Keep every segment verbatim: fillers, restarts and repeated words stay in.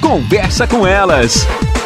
Conversa com Elas.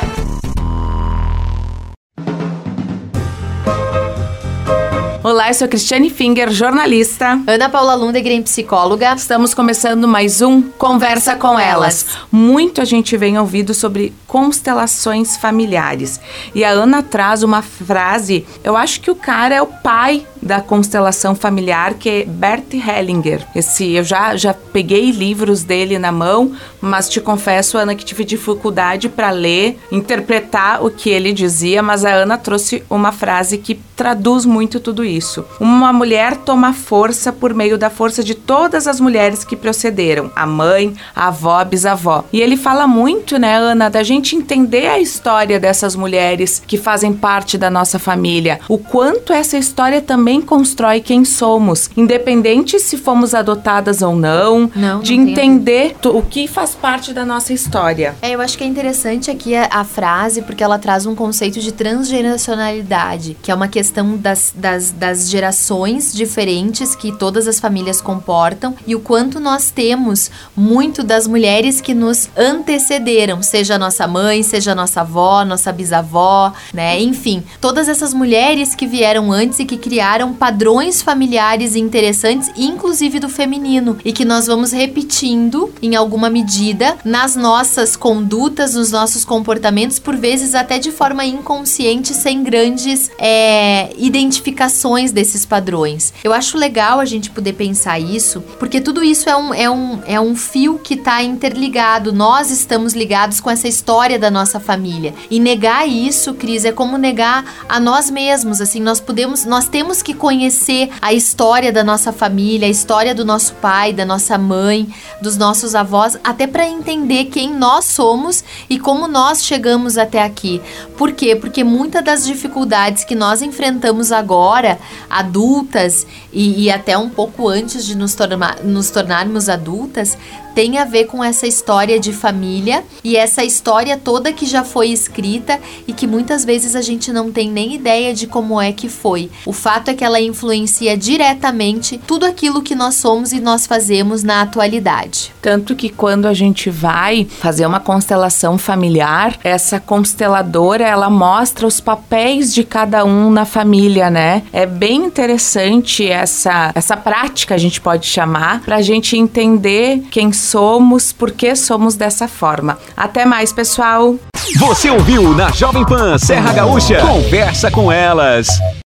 Olá, eu sou Cristiane Finger, jornalista. Ana Paula Lundegren, psicóloga. Estamos começando mais um Conversa com Elas. Muito a gente vem ouvindo sobre constelações familiares. E a Ana traz uma frase, eu acho que o cara é o pai da constelação familiar, que é Bert Hellinger. Esse, eu já, já peguei livros dele na mão, mas te confesso, Ana, que tive dificuldade para ler, interpretar o que ele dizia, mas a Ana trouxe uma frase que traduz muito tudo isso. Uma mulher toma força por meio da força de todas as mulheres que procederam, a mãe, a avó, a bisavó. E ele fala muito, né, Ana, da gente entender a história dessas mulheres que fazem parte da nossa família, o quanto essa história também constrói quem somos, independente se fomos adotadas ou não, não de não entender o que faz parte da nossa história. É, eu acho que é interessante aqui a, a frase, porque ela traz um conceito de transgeracionalidade, que é uma questão das, das, das gerações diferentes que todas as famílias comportam e o quanto nós temos muito das mulheres que nos antecederam, seja a nossa mãe, seja a nossa avó, nossa bisavó, né? Enfim, todas essas mulheres que vieram antes e que criaram padrões familiares interessantes, inclusive do feminino, e que nós vamos repetindo em alguma medida nas nossas condutas, nos nossos comportamentos, por vezes até de forma inconsciente, sem grandes é, identificações desses padrões. Eu acho legal a gente poder pensar isso, porque tudo isso é um, é um, é um fio que está interligado. Nós estamos ligados com essa história da nossa família. E negar isso, Cris, é como negar a nós mesmos. Assim, nós podemos, nós temos que conhecer a história da nossa família, a história do nosso pai, da nossa mãe, dos nossos avós, até para entender quem nós somos e como nós chegamos até aqui. Por quê? Porque muitas das dificuldades que nós enfrentamos agora, adultas e, e até um pouco antes de nos, torna, nos tornarmos adultas, tem a ver com essa história de família e essa história toda que já foi escrita e que muitas vezes a gente não tem nem ideia de como é que foi. O fato é que ela influencia diretamente tudo aquilo que nós somos e nós fazemos na atualidade. Tanto que quando a gente vai fazer uma constelação familiar, essa consteladora, ela mostra os papéis de cada um na família, né? É bem interessante essa, essa prática, a gente pode chamar, pra gente entender quem somos, por que somos dessa forma. Até mais, pessoal! Você ouviu na Jovem Pan Serra Gaúcha? Conversa com Elas.